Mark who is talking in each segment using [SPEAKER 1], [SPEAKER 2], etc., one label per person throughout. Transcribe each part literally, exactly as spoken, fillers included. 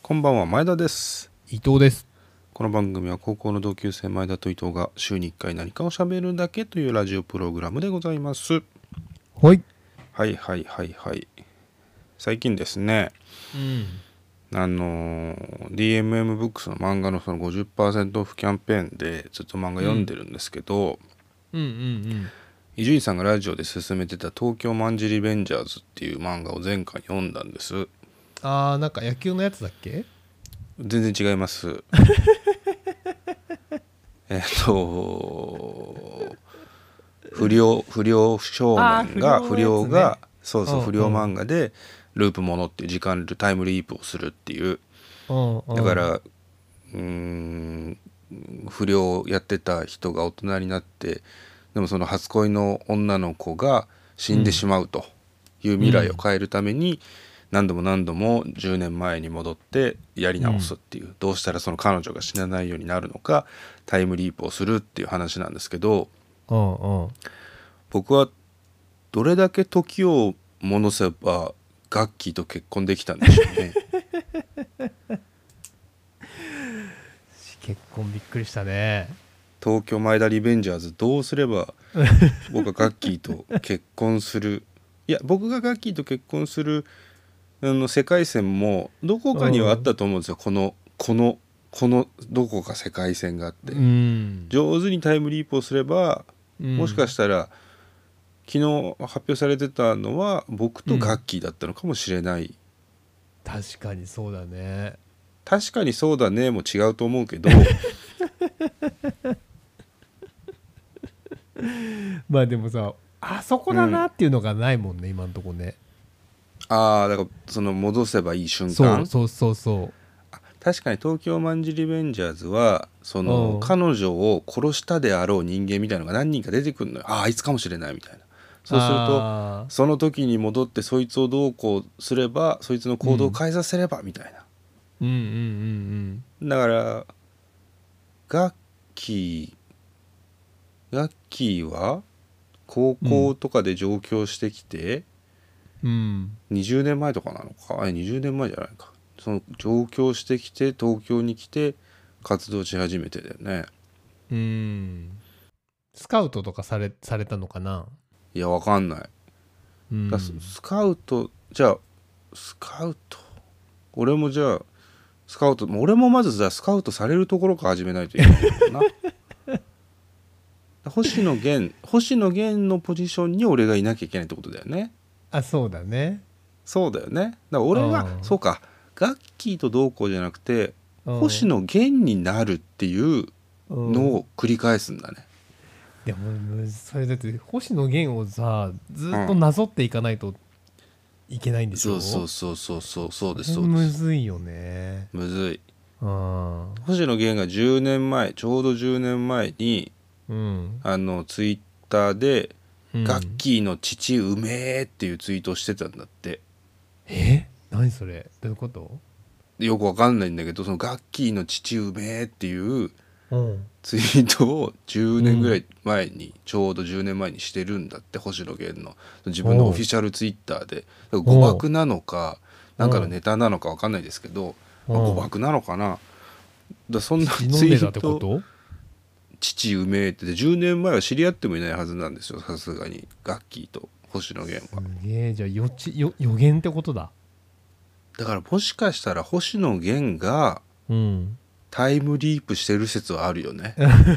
[SPEAKER 1] こんばんは、前田です。
[SPEAKER 2] 伊藤です。
[SPEAKER 1] この番組は高校の同級生前田と伊藤が週にいっかい何かを喋るだけというラジオプログラムでございます。
[SPEAKER 2] はい
[SPEAKER 1] はいはいはいはい。最近ですね、
[SPEAKER 2] うん
[SPEAKER 1] あの ディーエムエム ブックスの漫画のその ごじゅっパーセント オフキャンペーンでずっと漫画読んでるんですけど、
[SPEAKER 2] うんうん
[SPEAKER 1] 伊集院さんがラジオで勧めてた東京マンジリベンジャーズっていう漫画を前回読んだんです。
[SPEAKER 2] あーなんか野球のやつだっけ？
[SPEAKER 1] 全然違います。えっと不良不良少年が不良がそうそう不良漫画でループものっていう時間タイムリープをするっていう、だからうーん不良やってた人が大人になって、でもその初恋の女の子が死んでしまうという未来を変えるために何度も何度もじゅうねんまえに戻ってやり直すっていう、うん、どうしたらその彼女が死なないようになるのかタイムリープをするっていう話なんですけど、
[SPEAKER 2] うんうん、
[SPEAKER 1] 僕はどれだけ時を戻せばガッキーと結婚できたんでしょうね。
[SPEAKER 2] 結婚びっくりしたね。
[SPEAKER 1] 東京マイダリベンジャーズどうすれば僕がガッキーと結婚するいや僕がガッキーと結婚するあの世界線もどこかにはあったと思うんですよ、このこのこのどこか世界線があって、
[SPEAKER 2] うん、
[SPEAKER 1] 上手にタイムリープをすれば、
[SPEAKER 2] うん、
[SPEAKER 1] もしかしたら昨日発表されてたのは僕とガッキーだったのかもしれない、うん、
[SPEAKER 2] 確かにそうだね。
[SPEAKER 1] 確かにそうだねも違うと思うけど
[SPEAKER 2] まあでもさ、あそこだなっていうのがないもんね、うん、今のとこね。
[SPEAKER 1] ああ、だからその戻せばいい瞬間、
[SPEAKER 2] そうそうそうそう。
[SPEAKER 1] 確かに東京マンジリベンジャーズはその彼女を殺したであろう人間みたいなのが何人か出てくるのよ。ああ、あいつかもしれないみたいな。そうするとその時に戻ってそいつをどうこうすればそいつの行動を変えさせればみたいな、
[SPEAKER 2] うん、うんうんうんうん。
[SPEAKER 1] だからガッキーガッキーは高校とかで上京してきて、
[SPEAKER 2] うん、
[SPEAKER 1] にじゅうねんまえとかなのか、あれにじゅうねんまえじゃないか、その上京してきて東京に来て活動し始めてだよね。
[SPEAKER 2] うん。スカウトとかされ、されたのかな？
[SPEAKER 1] いやわかんない、うん、だスカウトじゃあスカウト俺もじゃあスカウト俺もまずじゃあスカウトされるところから始めないといけないのかな星野源星野源のポジションに俺がいなきゃいけないってことだよね。
[SPEAKER 2] あ、そうだね。
[SPEAKER 1] そうだよね。だから俺がそうかガッキーとどうこうじゃなくて星野源になるっていうのを繰り返すんだね。
[SPEAKER 2] でもそれだって星野源をさずっとなぞっていかないといけないんでしょ、うん、
[SPEAKER 1] そうそうそうそうそうですそうです。
[SPEAKER 2] むずいよね。
[SPEAKER 1] むずい。
[SPEAKER 2] うん、
[SPEAKER 1] 星野源がじゅうねんまえちょうどじゅうねんまえに、
[SPEAKER 2] うん、
[SPEAKER 1] あのツイッターで、うん、ガッキーの父うめえっていうツイートをしてたんだって。
[SPEAKER 2] え？何それ？どういうこと？
[SPEAKER 1] よくわかんないんだけど、そのガッキーの父うめえっていうツイートをじゅうねんぐらい前に、うん、ちょうどじゅうねんまえにしてるんだって、星野源の自分のオフィシャルツイッターで。誤爆なのかなんかのネタなのかわかんないですけど、まあ、誤爆なのかな。だそんなツイート父うめえってじゅうねんまえは知り合ってもいないはずなんですよ、さすがにガッキーと星野源は。
[SPEAKER 2] すげえ、じゃあ予知予予言ってことだ。
[SPEAKER 1] だからもしかしたら星野源がタイムリープしてる説はあるよね。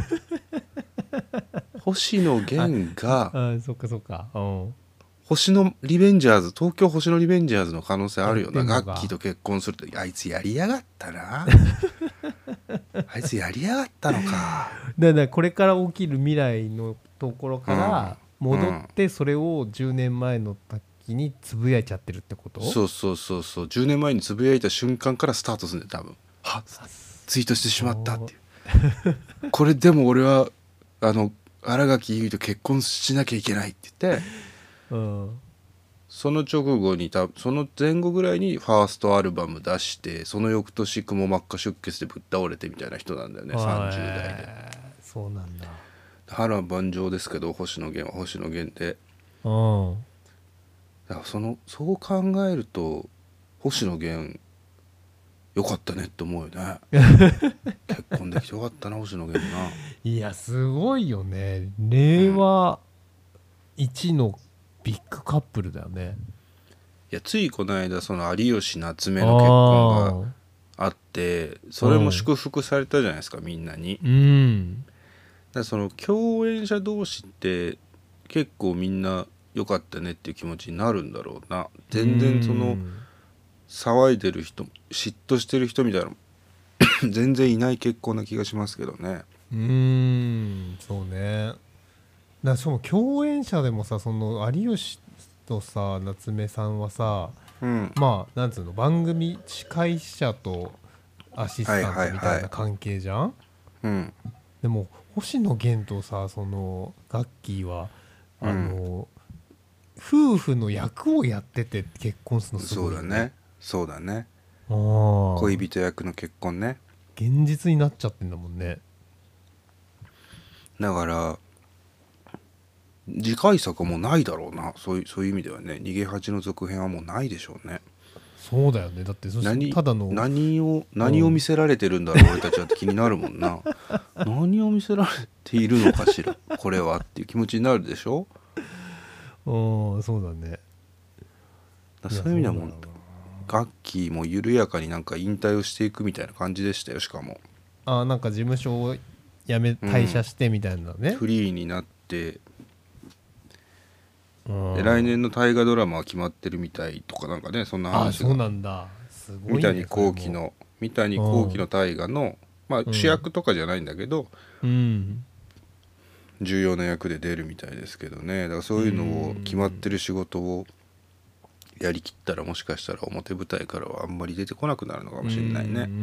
[SPEAKER 1] 星野源が
[SPEAKER 2] ああ、そっかそっか、うん、
[SPEAKER 1] 星野リベンジャーズ東京星野リベンジャーズの可能性あるよな。ガッキーと結婚するってあいつやりやがったなあいつやりやがったのか。
[SPEAKER 2] だからこれから起きる未来のところから戻ってそれをじゅうねんまえの時につぶやいちゃってるってこと？
[SPEAKER 1] そうそうそうそう、じゅうねんまえにつぶやいた瞬間からスタートするんだよ多分。はっツイートしてしまったっていうこれでも俺はあの新垣結衣と結婚しなきゃいけないって言って、うん、その直後にたその前後ぐらいにファーストアルバム出して、その翌年くも膜下出血でぶっ倒れてみたいな人なんだよね、さんじゅう代で。
[SPEAKER 2] そうなんだ。
[SPEAKER 1] 波乱万丈ですけど星野源は星野源で、うん、だからそのそう考えると星野源よかったねって思うよね結婚できてよかったな星野源な。
[SPEAKER 2] いやすごいよね、令和一のビッグカップルだよね。
[SPEAKER 1] いやついこの間その有吉夏目の結婚があってそれも祝福されたじゃないですかみんなに。
[SPEAKER 2] うん、
[SPEAKER 1] だからその共演者同士って結構みんな良かったねっていう気持ちになるんだろうな。全然その騒いでる人嫉妬してる人みたいなの全然いない結婚な気がしますけどね。
[SPEAKER 2] うーんそうね。だからその共演者でもさ、その有吉とさ夏目さんはさ、
[SPEAKER 1] うん、
[SPEAKER 2] まあなんつうの番組司会者とアシスタントみたいな関係じゃん、はいはいはい、うん、でも星野源とさそのガッキーはあの、うん、夫婦の役をやってて結婚するのすごいよね。
[SPEAKER 1] そうだねそうだね。
[SPEAKER 2] あ
[SPEAKER 1] 恋人役の結婚ね。
[SPEAKER 2] 現実になっちゃってんだもんね。
[SPEAKER 1] だから次回作はもうないだろうな。そういう、そういう意味ではね逃げ恥の続編はもうないでしょうね。
[SPEAKER 2] そうだよね。だってそしてただの
[SPEAKER 1] 何を何を見せられてるんだろう、うん、俺たちはって気になるもんな何を見せられているのかしらこれはっていう気持ちになるでしょ。
[SPEAKER 2] ああそうだね。
[SPEAKER 1] だそういう意味ではもうガッキーも緩やかになんか引退をしていくみたいな感じでしたよ。しかも
[SPEAKER 2] ああなんか事務所を辞め退社してみたいなね、うん、
[SPEAKER 1] フリーになってで来年の大河ドラマは決まってるみたいとかなんかねそんな話が。あ
[SPEAKER 2] そうなんだ。すごいね。
[SPEAKER 1] 三谷幸喜の三谷幸喜の大河のまあ主役とかじゃないんだけど、うん、重要な役で出るみたいですけどね。だからそういうのを決まってる仕事をやりきったらもしかしたら表舞台からはあんまり出てこなくなるのかもしれないね。うん、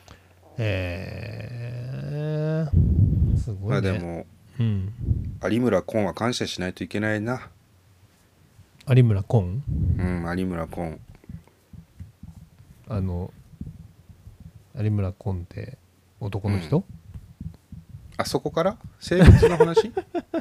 [SPEAKER 2] へえすごいね。
[SPEAKER 1] まあでも、うん、有村昆は感謝しないといけないな。
[SPEAKER 2] 有村昆？
[SPEAKER 1] うん有村昆。
[SPEAKER 2] あの有村昆って男の人？うん、
[SPEAKER 1] あそこから性別の話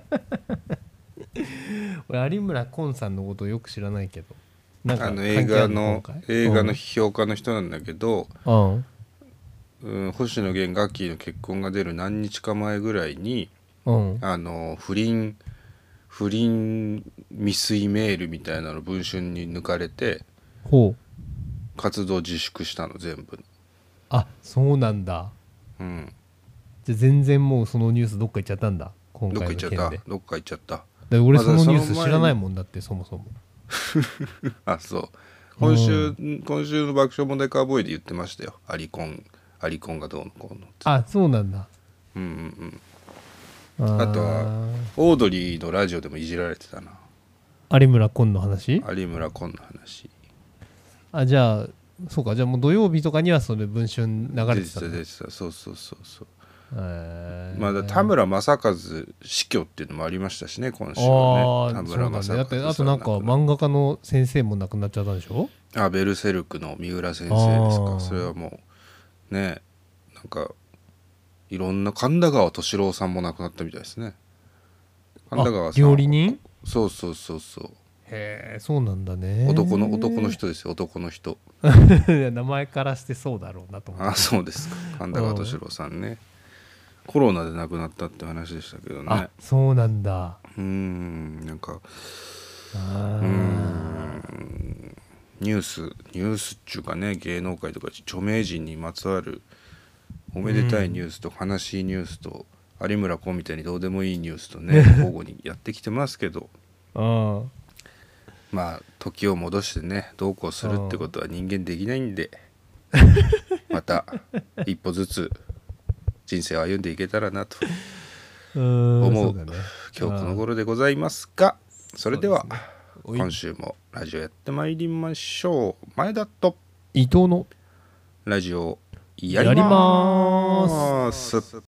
[SPEAKER 2] 俺有村昆さんのことをよく知らないけど
[SPEAKER 1] なんかあの映画の映画の批評家の人なんだけど、うんうん、星野源ガッキーの結婚が出る何日か前ぐらいに、うん、あの不倫不倫未遂メールみたいなの文春に抜かれてほう活動自粛したの全部。
[SPEAKER 2] あそうなんだ。うんじゃあ全然もうそのニュースどっか行っちゃったんだ今回の件で。どっか行っちゃった
[SPEAKER 1] どっか行っちゃった。
[SPEAKER 2] で俺そのニュース知らないもんだってそもそも
[SPEAKER 1] あそう今週、うん、今週の爆笑問題カーボーイで言ってましたよ。アリコンアリコンがどうのこうのって。
[SPEAKER 2] あそうなんだ。
[SPEAKER 1] うんうんうん。あとはオードリーのラジオでもいじられてたな
[SPEAKER 2] 有村昆の話。
[SPEAKER 1] 有村昆の話。
[SPEAKER 2] あじゃあそうかじゃあもう土曜日とかにはそれ文春流れてたんだ。
[SPEAKER 1] 出てた出てたそうそうそうそう。えー、まだ田村正和死去っていうのもありましたしね今週はね。田村正和、ね、
[SPEAKER 2] だってあとなんか漫画家の先生も亡くなっちゃったんでしょ。
[SPEAKER 1] あベルセルクの三浦先生ですか。それはもうねなんかいろんな神田川敏郎さんも亡くなったみたいですね。神田川さん
[SPEAKER 2] 料理人。
[SPEAKER 1] そうそうそうそう。
[SPEAKER 2] へえそうなんだね。
[SPEAKER 1] 男の男の人ですよ男の人
[SPEAKER 2] 名前からしてそうだろうなと思って。
[SPEAKER 1] あそうですか神田川敏郎さんねコロナで亡くなったって話でしたけどね。
[SPEAKER 2] あそうなんだ。
[SPEAKER 1] うーんなんかうーんニュースニュースっていうかね芸能界とか著名人にまつわるおめでたいニュースと悲しいニュースと有村昆みたいにどうでもいいニュースとね交互にやってきてますけどあまあ時を戻してねどうこうするってことは人間できないんでまた一歩ずつ人生を歩んでいけたらなと思う今日この頃でございますが、それでは今週もラジオやってまいりましょう。前田と
[SPEAKER 2] 伊藤の
[SPEAKER 1] ラジオやりまーす。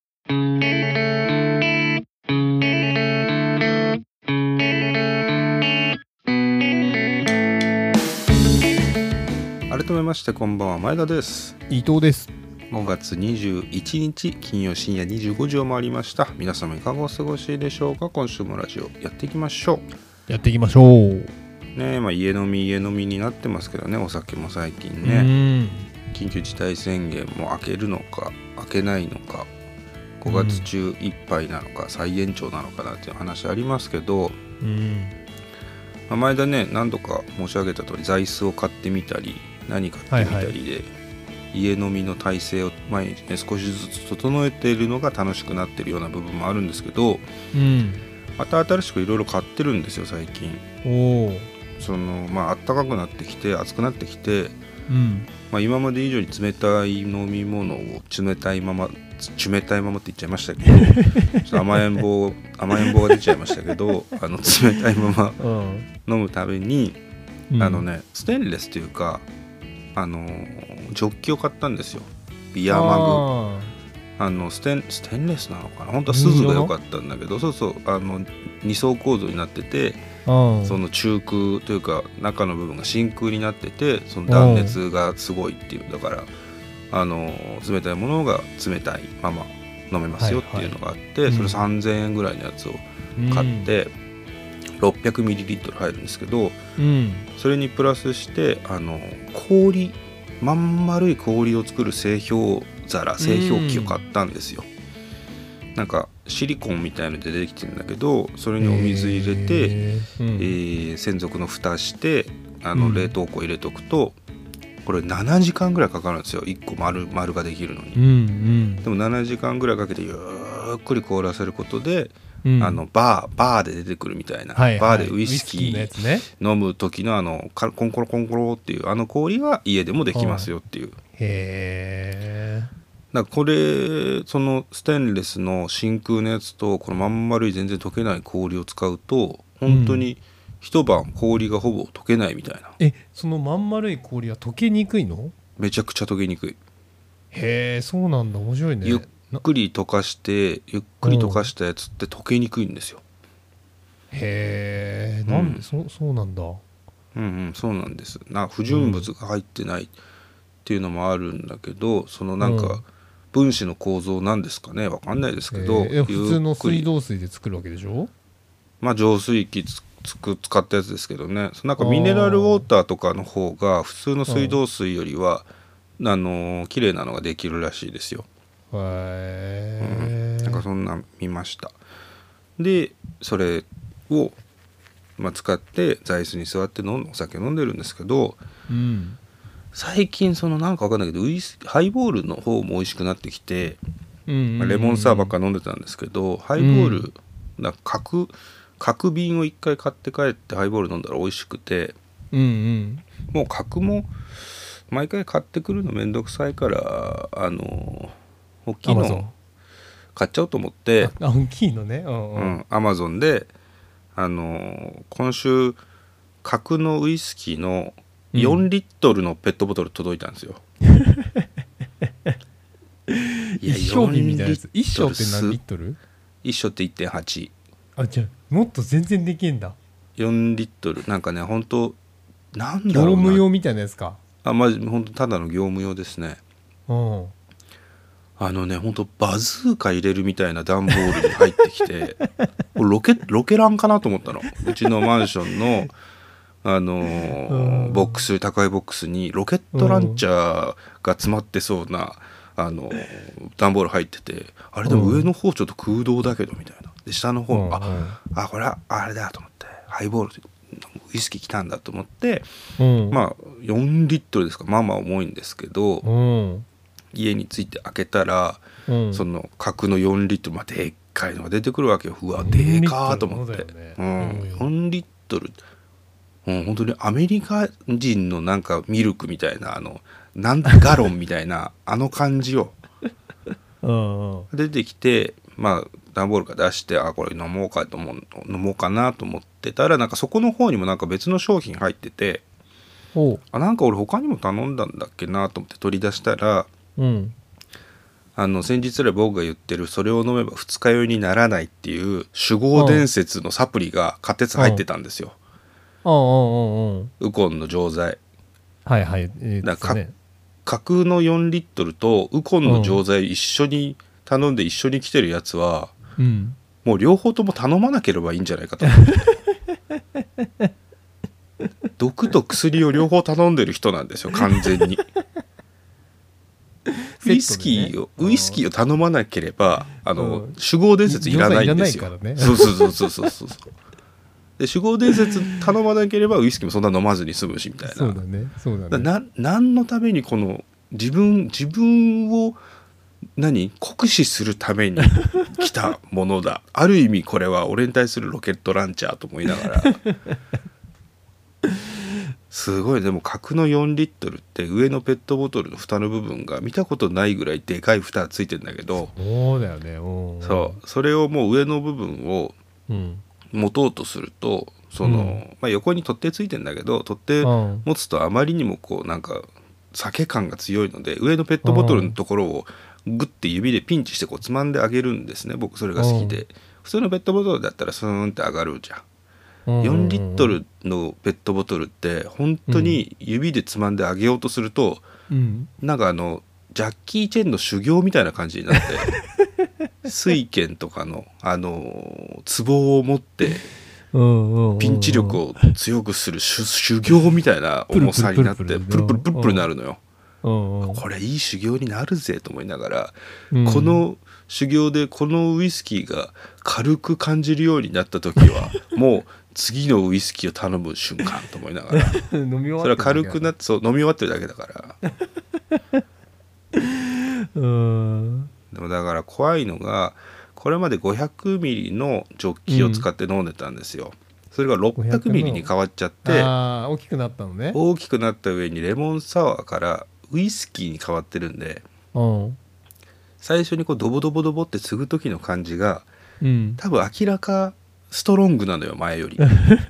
[SPEAKER 1] 改めましてこんばんは前田です。
[SPEAKER 2] 伊藤です。
[SPEAKER 1] ごがつにじゅういちにち金曜深夜にじゅうごじを回りました。皆様いかがお過ごしでしょうか。今週もラジオやっていきましょ
[SPEAKER 2] うやっていきましょう
[SPEAKER 1] ね。まあ家飲み家飲みになってますけどねお酒も最近ね。 緊急事態宣言も明けるのか明けないのか、ごがつ中いっぱいなのか、うん、再延長なのかなっていう話ありますけど、うんまあ、前田ね何度か申し上げた通り座椅子を買ってみたり何買ってみたりで、はいはい、家飲みの体制を毎日ね少しずつ整えているのが楽しくなってるような部分もあるんですけど、うん、また新しくいろいろ買ってるんですよ最近。おそのまあ暖かくなってきて暑くなってきて、うんまあ、今まで以上に冷たい飲み物を冷たいまま冷たいままって言っちゃいましたけどちょっと甘えん坊甘えん坊が出ちゃいましたけどあの冷たいまま飲むために、うん、あのねステンレスというかあのジョッキを買ったんですよ。ビアマグあのステン、ステンレスなのかな、本当は鈴が良かったんだけど、そうそうあのに層構造になってて、その中空というか中の部分が真空になってて、その断熱がすごいっていう、だからあの冷たいものが冷たいまま飲めますよっていうのがあって、はいはい、それさんぜんえんぐらいのやつを買って、うん、ろっぴゃくミリリットル 入るんですけど、うん、それにプラスしてあの氷まん丸い氷を作る製氷皿製氷機を買ったんですよ、うん、なんかシリコンみたいので出てきてるんだけど、それにお水入れて、えーうんえー、専属の蓋してあの冷凍庫入れとくと、うん、これななじかんぐらいかかるんですよ、いっこ 丸, 丸ができるのに、うんうん、でもななじかんぐらいかけてゆっくり凍らせることで、うん、あのバーバーで出てくるみたいな、はいはい、バーでウイスキー、ね、飲む時のあのコンコロコンコロっていうあの氷が家でもできますよっていう、はい、へー、だからこれそのステンレスの真空のやつとこのまん丸い全然溶けない氷を使うと本当に一晩氷がほぼ溶けないみたいな、
[SPEAKER 2] うん、えそのまん丸い氷は溶けにくいの？
[SPEAKER 1] めちゃくちゃ溶けにくい。
[SPEAKER 2] へえ、そうなんだ、面白いね。
[SPEAKER 1] ゆっくり溶かしてゆっくり溶かしたやつって溶けにくいんですよ。
[SPEAKER 2] へえ、なんで、うん、そ, そうなんだ。
[SPEAKER 1] うんうんそうなんです。な不純物が入ってないっていうのもあるんだけど、そのなんか、うん分子の構造なんですかね、わかんないですけど、
[SPEAKER 2] えー、普通の水道水で作るわけでしょ？
[SPEAKER 1] まあ浄水器つつく使ったやつですけどね、なんかミネラルウォーターとかの方が普通の水道水よりはあの綺麗なのができるらしいですよ。へー、うん、なんかそんな見ました。でそれを、まあ、使って座椅子に座って飲んお酒飲んでるんですけど、うん最近そのなんか分かんないけどウイスハイボールの方も美味しくなってきて、うんうんうんまあ、レモンサワーばっか飲んでたんですけど、ハイボール、うん、なんか角角瓶を一回買って帰ってハイボール飲んだら美味しくて、うんうん、もう角も毎回買ってくるのめんどくさいからあの大きいの買っちゃおうと思って、
[SPEAKER 2] あ大きいのね、
[SPEAKER 1] うんうん、アマゾンであの今週角のウイスキーのよんリットルのペットボトル届いたんですよ、うん、
[SPEAKER 2] いや一升瓶みたいなやつ。一升って何リットル？
[SPEAKER 1] 一升って いってんはち。
[SPEAKER 2] あじゃあもっと全然できんだ。
[SPEAKER 1] よんリットルなんかね本当なんだろうな
[SPEAKER 2] 業務用みたいなやつか。
[SPEAKER 1] あまじ本当ただの業務用ですね。うんあのね本当バズーカ入れるみたいな段ボールに入ってきてロケロケランかなと思ったの。うちのマンションのあのー、ボックス高いボックスにロケットランチャーが詰まってそうなあのー、段ボール入ってて、あれでも上の方ちょっと空洞だけどみたいなで下の方、うん、ああこれはあれだと思ってハイボールウイスキー来たんだと思って、うん、まあよんリットルですか、まあまあ重いんですけど、うん、家に着いて開けたら、うん、その角のよんリットル、まあ、でっかいのが出てくるわけよ。うわでかーと思って、ねうん、よんリットルうん、本当にアメリカ人のなんかミルクみたいなあのなんガロンみたいなあの感じを出てきて、まあ段ボールから出してあこれ飲もうかと思う飲もうかなと思ってたらなんかそこの方にもなんか別の商品入っててあなんか俺他にも頼んだんだっけなと思って取り出したら、うん、あの先日来僕が言ってるそれを飲めば二日酔いにならないっていう酒豪伝説のサプリが仮鉄入ってたんですよ。
[SPEAKER 2] うんうんうん、
[SPEAKER 1] ウコンの錠剤
[SPEAKER 2] はいはい、えー、
[SPEAKER 1] だから角のよんリットルとウコンの錠剤一緒に頼んで一緒に来てるやつは、うん、もう両方とも頼まなければいいんじゃないかと思って毒と薬を両方頼んでる人なんですよ完全にウイスキーを、ウイスキーを頼まなければあの、うん、酒豪伝説いらないんですよ。ね、そうそうそうそうそうそうで酒豪伝説頼まなければウイスキーもそんな飲まずに済むしみたいな。
[SPEAKER 2] そうだねそうだね。
[SPEAKER 1] な何のためにこの自分自分を何酷使するために来たものだある意味これは俺に対するロケットランチャーと思いながらすごい。でも角のよんリットルって上のペットボトルの蓋の部分が見たことないぐらいでかい蓋ついてるんだけど、
[SPEAKER 2] そうだよね。お
[SPEAKER 1] そうそれをもう上の部分を持とうとするとその、うんまあ、横に取っ手ついてんだけど取っ手持つとあまりにもこうなんか酒感が強いので上のペットボトルのところをグッて指でピンチしてこうつまんであげるんですね。僕それが好きで。普通のペットボトルだったらスーンって上がるじゃん。よんリットルのペットボトルって本当に指でつまんであげようとすると、うん、なんかあのジャッキー・チェンの修行みたいな感じになって水拳とかのあの壺を持ってピンチ力を強くする修行みたいな重さになってプルプルプルプルなるのよ。これいい修行になるぜと思いながら、うん、この修行でこのウイスキーが軽く感じるようになった時はもう次のウイスキーを頼む瞬間と思いながら飲み終わってるだけそれは軽くなってそう飲み終わってるだけだからうんでもだから怖いのがこれまでごひゃくミリのジョッキを使って飲んでたんですよ、うん、それがろっぴゃくミリに変わっちゃって
[SPEAKER 2] あ大きくなったのね。
[SPEAKER 1] 大きくなった上にレモンサワーからウイスキーに変わってるんで、うん、最初にこうドボドボドボって継ぐ時の感じが、うん、多分明らかストロングなのよ前よりだ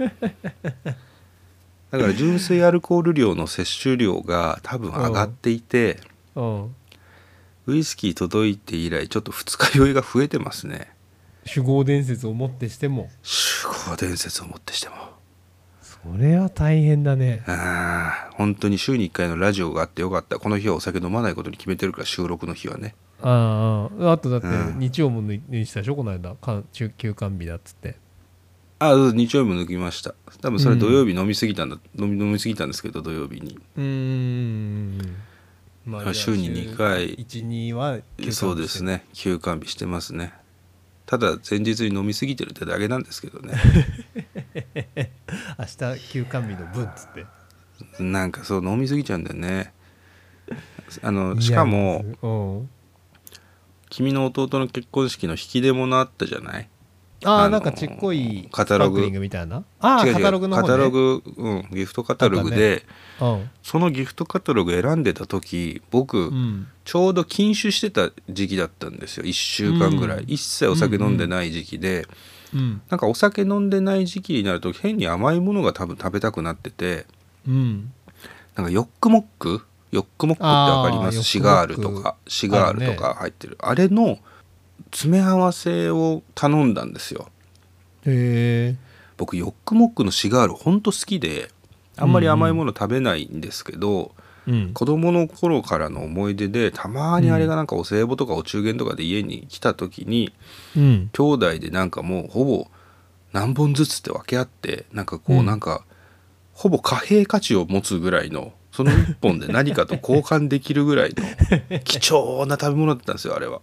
[SPEAKER 1] から純粋アルコール量の摂取量が多分上がっていて、うん、ウイスキー届いて以来ちょっと二日酔いが増えてますね。
[SPEAKER 2] 酒豪伝説をもってしても
[SPEAKER 1] 酒豪伝説をもってしても
[SPEAKER 2] それは大変だね。
[SPEAKER 1] あ本当に週にいっかいのラジオがあってよかった。この日はお酒飲まないことに決めてるから収録の日はね。
[SPEAKER 2] あああとだって日曜も抜いしたでしょこの間休館日だっつって。
[SPEAKER 1] あ日曜日も抜きました。多分それ土曜日飲みすぎたんだ、うん、飲み飲みすぎたんですけど土曜日にうーん、まあ、週ににかい
[SPEAKER 2] いち,に は休館日
[SPEAKER 1] そうですね休館日してますね。ただ前日に飲みすぎてるってだけなんですけどね
[SPEAKER 2] 明日休館日の分っつって
[SPEAKER 1] なんかそう飲みすぎちゃうんだよね。あのしかも君の弟の結婚式の引き出物あったじゃない。
[SPEAKER 2] ああなんかちっこい
[SPEAKER 1] カタログ
[SPEAKER 2] みたいなあ違う違うカタログの方、ね、
[SPEAKER 1] カタログ、うん、ギフトカタログで、ねうん、そのギフトカタログ選んでた時僕、うん、ちょうど禁酒してた時期だったんですよ。いっしゅうかんぐらい、うん、一切お酒飲んでない時期で、うんうん、なんかお酒飲んでない時期になると変に甘いものが多分食べたくなってて、うん、なんかヨックモックヨックモックってわかります？シガールとかシガールとか入ってる あ,、ね、あれの詰め合わせを頼んだんですよ。へえ。僕ヨックモックのシガールほんと好きであんまり甘いもの食べないんですけど、うんうん、子供の頃からの思い出でたまにあれがなんかお歳暮とかお中元とかで家に来た時に、うん、兄弟でなんかもうほぼ何本ずつって分け合ってなんかこうなんか、うん、ほぼ貨幣価値を持つぐらいのそのいっぽんで何かと交換できるぐらいの貴重な食べ物だったんですよあれは。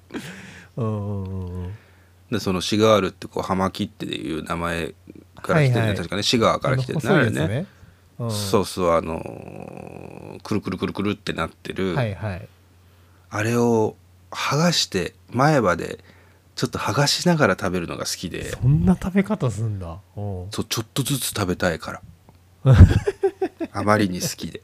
[SPEAKER 1] でそのシガールってこう葉巻っていう名前から来てる、はいはい、確かねシガーから来てるあれね、うん、そうそうあのー、くるくるくるくるってなってる、はいはい、あれを剥がして前歯でちょっと剥がしながら食べるのが好きで。
[SPEAKER 2] そんな食べ方すんだ。
[SPEAKER 1] そうちょっとずつ食べたいからあまりに好きで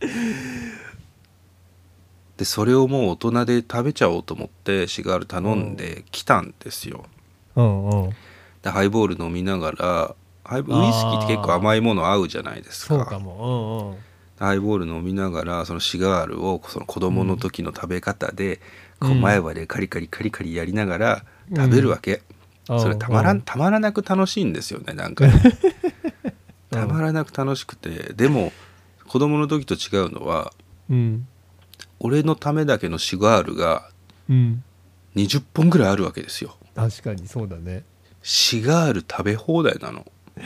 [SPEAKER 1] でそれをもう大人で食べちゃおうと思ってシガール頼んできたんですよ、うんうん、でハイボール飲みながらハイボウイスキーって結構甘いもの合うじゃないですか。
[SPEAKER 2] そうかも、うんうん、
[SPEAKER 1] ハイボール飲みながらそのシガールをその子供の時の食べ方で、うん、こう前歯でカリカリカリカリやりながら食べるわけ、うん、それたまらんたまらなく楽しいんですよねなんかたまらなく楽しくて。でも子供の時と違うのは、うん、俺のためだけのシガールがにじゅっぽんぐらいあるわけですよ。
[SPEAKER 2] 確かにそうだね。
[SPEAKER 1] シガール食べ放題なの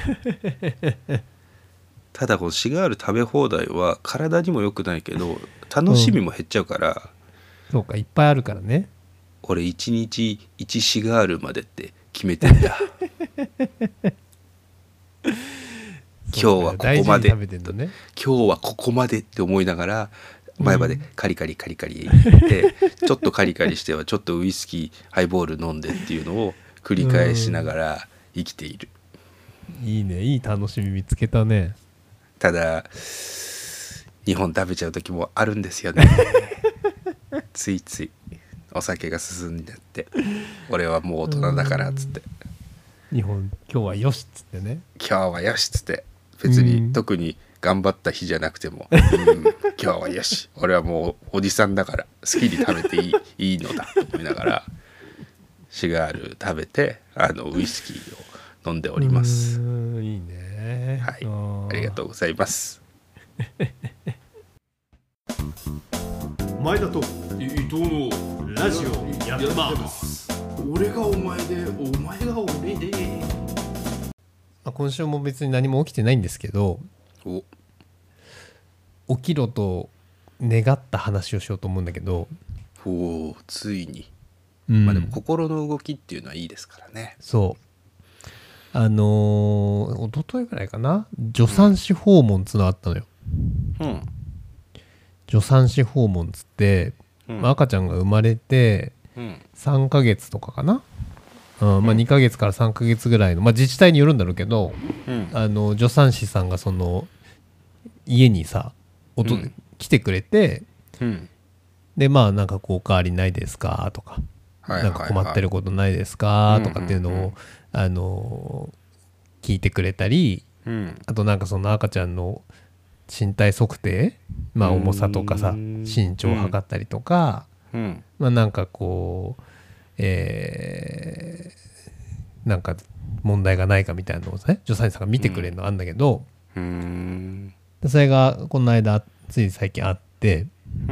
[SPEAKER 1] ただこのシガール食べ放題は体にも良くないけど楽しみも減っちゃうから、
[SPEAKER 2] そうか、いっぱいあるからね。
[SPEAKER 1] 俺いちにちいちシガールまでって決めてんだ今日はここまで、ね、今日はここまでって思いながら前までカリカリカリカリってちょっとカリカリしてはちょっとウイスキーハイボール飲んでっていうのを繰り返しながら生きている。
[SPEAKER 2] いいね、いい楽しみ見つけたね。
[SPEAKER 1] ただにほん食べちゃう時もあるんですよねついついお酒が進んじゃって俺はもう大人だからっつって
[SPEAKER 2] にほん今日はよしっつってね、
[SPEAKER 1] 今日はよしっつって別に特に頑張った日じゃなくても、うん、今日はよし俺はもうおじさんだから好きに食べていい、いいのだと思いながらシガール食べてあのウイスキーを飲んでおります。
[SPEAKER 2] うーん、いいね。
[SPEAKER 1] はい、ありがとうございます
[SPEAKER 3] 前田と伊藤のラジオやってます。
[SPEAKER 1] 俺がお前でお前が俺で。
[SPEAKER 2] 今週も別に何も起きてないんですけど、
[SPEAKER 1] お
[SPEAKER 2] 起きろと願った話をしようと思うんだけど、
[SPEAKER 1] おーついに、
[SPEAKER 2] うん、
[SPEAKER 1] まあでも心の動きっていうのはいいですからね。
[SPEAKER 2] そうあのー、一昨日ぐらいかな、助産師訪問つのあったのよ。
[SPEAKER 1] うん
[SPEAKER 2] 助産師訪問つって、うんまあ、赤ちゃんが生まれてさんかげつとかかな、うんまあ、にかげつからさんかげつぐらいの、まあ、自治体によるんだろうけど、うん、あの助産師さんがその家にさおと、うん、来てくれて、うん、でまあなんかこうお変わりないですかとか、はいはいはい、なんか困ってることないですかとかっていうのを、うんうんうん、あの聞いてくれたり、うん、あとなんかその赤ちゃんの身体測定、まあ、重さとかさ身長を測ったりとか、うん、まあなんかこう、えー、なんか問題がないかみたいなのをね助産師さんが見てくれるのあるんだけど、うん、それがこの間つい最近あって、うん、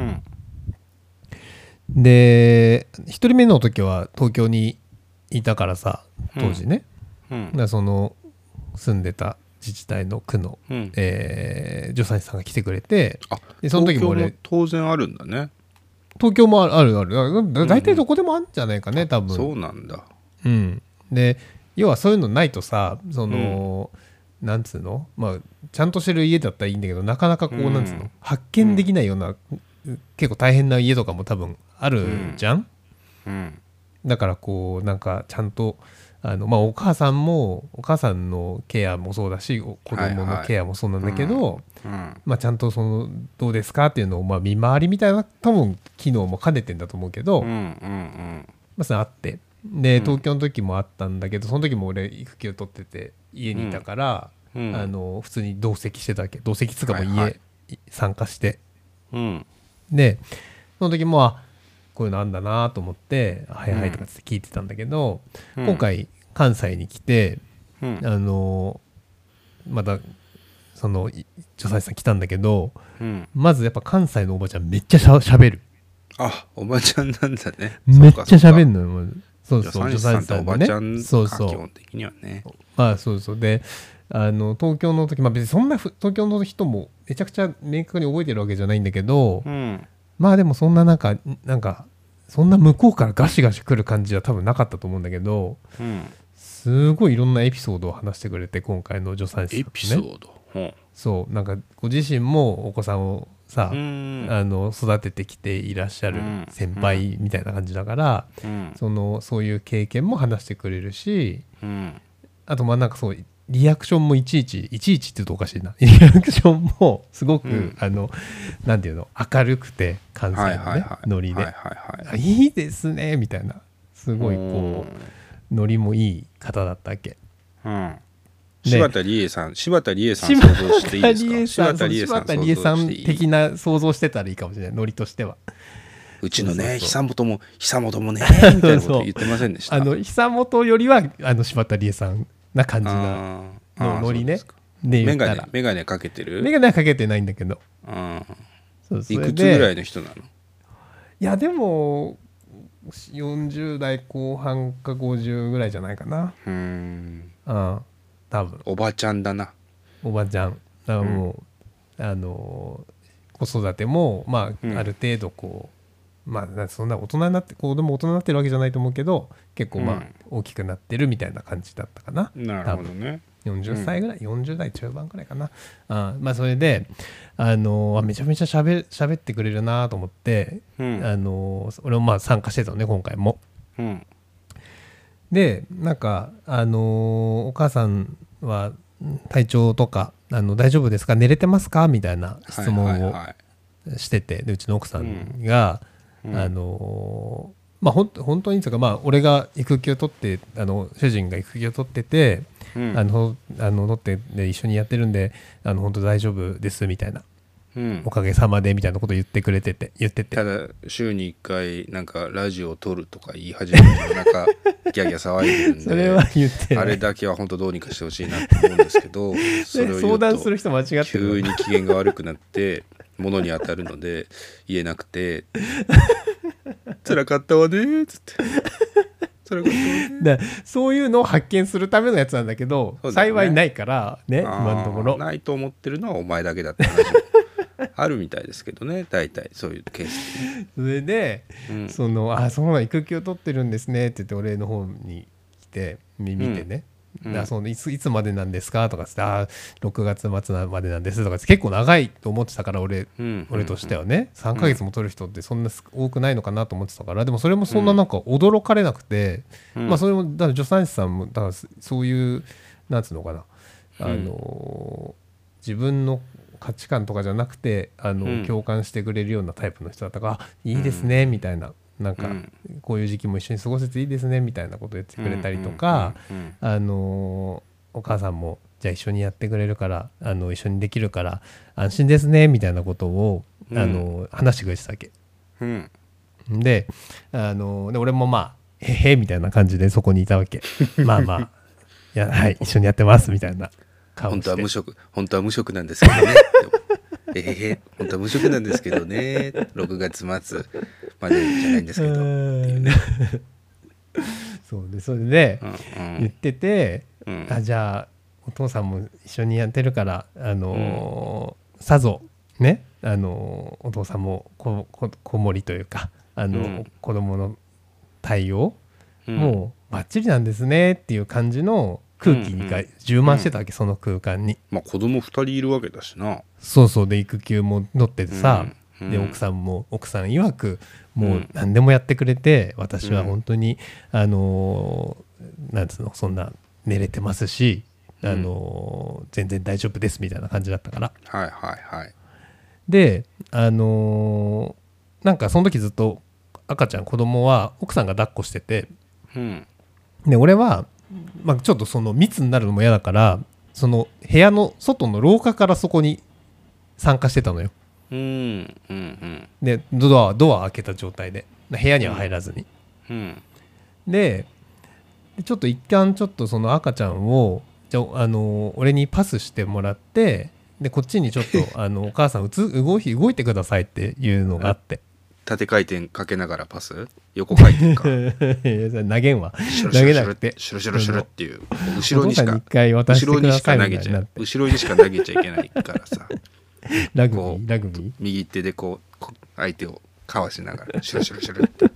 [SPEAKER 2] でひとりめの時は東京にいたからさ当時ね、うん、だからその住んでた自治体の区の、うんえー、助産師さんが来てくれて、
[SPEAKER 1] あでその時も俺東京も当然あるんだね。
[SPEAKER 2] 東京もあるあるある大体どこでもあるんじゃないかね、うんうん、多分。
[SPEAKER 1] そうなんだ。
[SPEAKER 2] うんで要はそういうのないとさその、うん、なんつうのまあちゃんとしてる家だったらいいんだけどなかなかこう、うん、なんつうの発見できないような、うん、結構大変な家とかも多分あるじゃん、うんうん、だからこうなんかちゃんとあのまあ、お母さんもお母さんのケアもそうだし子供のケアもそうなんだけど、はいはいうんまあ、ちゃんとそのどうですかっていうのをまあ見回りみたいな多分機能も兼ねてんだと思うけど、うんうんうんまあ、それあってで東京の時もあったんだけどその時も俺育休取ってて家にいたから、うんうん、あの普通に同席してたわけ同席つかも家、はいはい、参加して、うん、でその時もあこういうのあんだなと思ってはいはいとかって聞いてたんだけど、うん、今回関西に来て、うん、あのまたその助産師さん来たんだけど、うん、まずやっぱ関西のおばちゃんめっちゃしゃ、しゃべる。
[SPEAKER 1] あおばちゃんなんだね。
[SPEAKER 2] めっちゃしゃべるのよ。そうそう
[SPEAKER 1] 助産師さんとおばちゃんか基本的にはね。
[SPEAKER 2] まあそうそうであの東京の時まあ別にそんな東京の人もめちゃくちゃ明確に覚えてるわけじゃないんだけど、うん、まあでもそんななんかなんかそんな向こうからガシガシ来る感じは多分なかったと思うんだけど、うん、すごいいろんなエピソードを話してくれて今回の助産師さん、ね、
[SPEAKER 1] エピソード、うん、
[SPEAKER 2] そうなんかご自身もお子さんをさ、うん、あの育ててきていらっしゃる先輩みたいな感じだから、うん、そのそういう経験も話してくれるし、うん、あとまあなんかそうリアクションもいちいちいちいちって言うとおかしいなリアクションもすごく、うん、あのなんていうの明るくて関西のね、はいはいはい、ノリで、はいはいはい、いいですねみたいなすごいこうノリもいい方だったわけ、うん、
[SPEAKER 1] 柴田理恵さん柴田理恵さん想像していいですか？
[SPEAKER 2] 柴田理恵さん柴田理恵さん的な想像してたらいいかもしれないノリとしては。
[SPEAKER 1] うちのね久本も久本もねみたいなこと言ってませんでした？
[SPEAKER 2] あの久本よりはあの柴田理恵さんな感じなのノリね。
[SPEAKER 1] でメガネメガネかけてる？
[SPEAKER 2] メガネはかけてないんだけど。
[SPEAKER 1] そういくつぐらいの人なの？い
[SPEAKER 2] やでもよんじゅう代後半かごじゅうぐらいじゃないかな。うーん。ああ多分。
[SPEAKER 1] おばちゃんだな。
[SPEAKER 2] おばちゃん。だからもう、うん、あの子育てもまあ、うん、ある程度こまあそんな大人になって子供大人になってるわけじゃないと思うけど結構まあ大きくなってるみたいな感じだったかな、
[SPEAKER 1] うん、なるほどね。
[SPEAKER 2] よんじゅっさいぐらい、うん、よんじゅう代中盤ぐらいかな。あまあそれであのめちゃめちゃしゃべ喋ってくれるなと思って、うん、あの俺もまあ参加してたのね今回も、うん、でなんかあのお母さんは体調とかあの大丈夫ですか寝れてますかみたいな質問をしてて、でうちの奥さんが、うん、あのまあほん本当にというかまあ俺が育休取ってあの主人が育休取ってて、うん、あのあの取ってで一緒にやってるんであの本当大丈夫ですみたいな、うん、おかげさまでみたいなことを言ってくれてて言ってて、
[SPEAKER 1] ただ週にいっかいなんかラジオを撮るとか言い始めてなんかギャギャ騒いでるんで
[SPEAKER 2] それは言って
[SPEAKER 1] あれだけは本当どうにかしてほしいなって思うんですけどそれを
[SPEAKER 2] 相談する人間違ってる
[SPEAKER 1] 急に機嫌が悪くなって物に当たるので言えなくて辛かったわねーっつって辛かったわね
[SPEAKER 2] だそういうのを発見するためのやつなんだけど、ね、幸いないからね今のところ
[SPEAKER 1] ないと思ってるのはお前だけだった話もあるみたいですけどね大体そういうケース、ね、
[SPEAKER 2] それで、うん、そのあそうな育休取ってるんですねって言って俺の方に来て見てね、うん、そのいついつまでなんですかとかってあろくがつ末までなんですとか結構長いと思ってたから 俺,、うん、俺としてはねさんかげつも取る人ってそんな多くないのかなと思ってたからでもそれもそんななんか驚かれなくて、うんまあ、それもだから助産師さんもだからそういうなんつうのかなあの、うん、自分の価値観とかじゃなくてあの、うん、共感してくれるようなタイプの人だったからいいですねみたいななんかこういう時期も一緒に過ごせていいですねみたいなことを言ってくれたりとかあのお母さんもじゃあ一緒にやってくれるからあの一緒にできるから安心ですねみたいなことをあの話してくれてたわけ、うん、であので俺もまあへへみたいな感じでそこにいたわけまあまあいやはい一緒にやってますみたいな顔して
[SPEAKER 1] 本当は無職本当は無職なんですけどねえへへ本当は無職なんですけどねろくがつ末までじゃないんですけどっていうね
[SPEAKER 2] そうでそれで言ってて、うんうん、あじゃあお父さんも一緒にやってるからあのーうん、さぞねあのー、お父さんもここ子守というかあの、うん、子供の対応、うん、もうバッチリなんですねっていう感じの空気が充満してたわけ、うんうん、その空間に。
[SPEAKER 1] まあ子供ふたりいるわけだしな。
[SPEAKER 2] そうそうで育休も取っててさ、うんうん、で奥さんも奥さん曰くもう何でもやってくれて、うん、私は本当にあのー、なんつうのそんな寝れてますし、あのーうん、全然大丈夫ですみたいな感じだったから。
[SPEAKER 1] はいはいはい。
[SPEAKER 2] であのー、なんかその時ずっと赤ちゃん子供は奥さんが抱っこしてて、うん、で俺はまあ、ちょっとその密になるのも嫌だからその部屋の外の廊下からそこに参加してたのよ、うんうんうん、でドアドア開けた状態で部屋には入らずに、うんうん、でちょっと一旦ちょっとその赤ちゃんをじゃあの俺にパスしてもらってでこっちにちょっとあのお母さんうつ動い動いてくださいっていうのがあって
[SPEAKER 1] 縦回転かけながらパス横回転か
[SPEAKER 2] 投げんわ投げなくて
[SPEAKER 1] シュルシュルシュルっていう後ろにしか
[SPEAKER 2] 後
[SPEAKER 1] ろにしか投げちゃ後ろにしか投げちゃいけないからさ
[SPEAKER 2] ラグビーラグビー
[SPEAKER 1] 右手でこう相手をかわしながらシュルシュルシュルって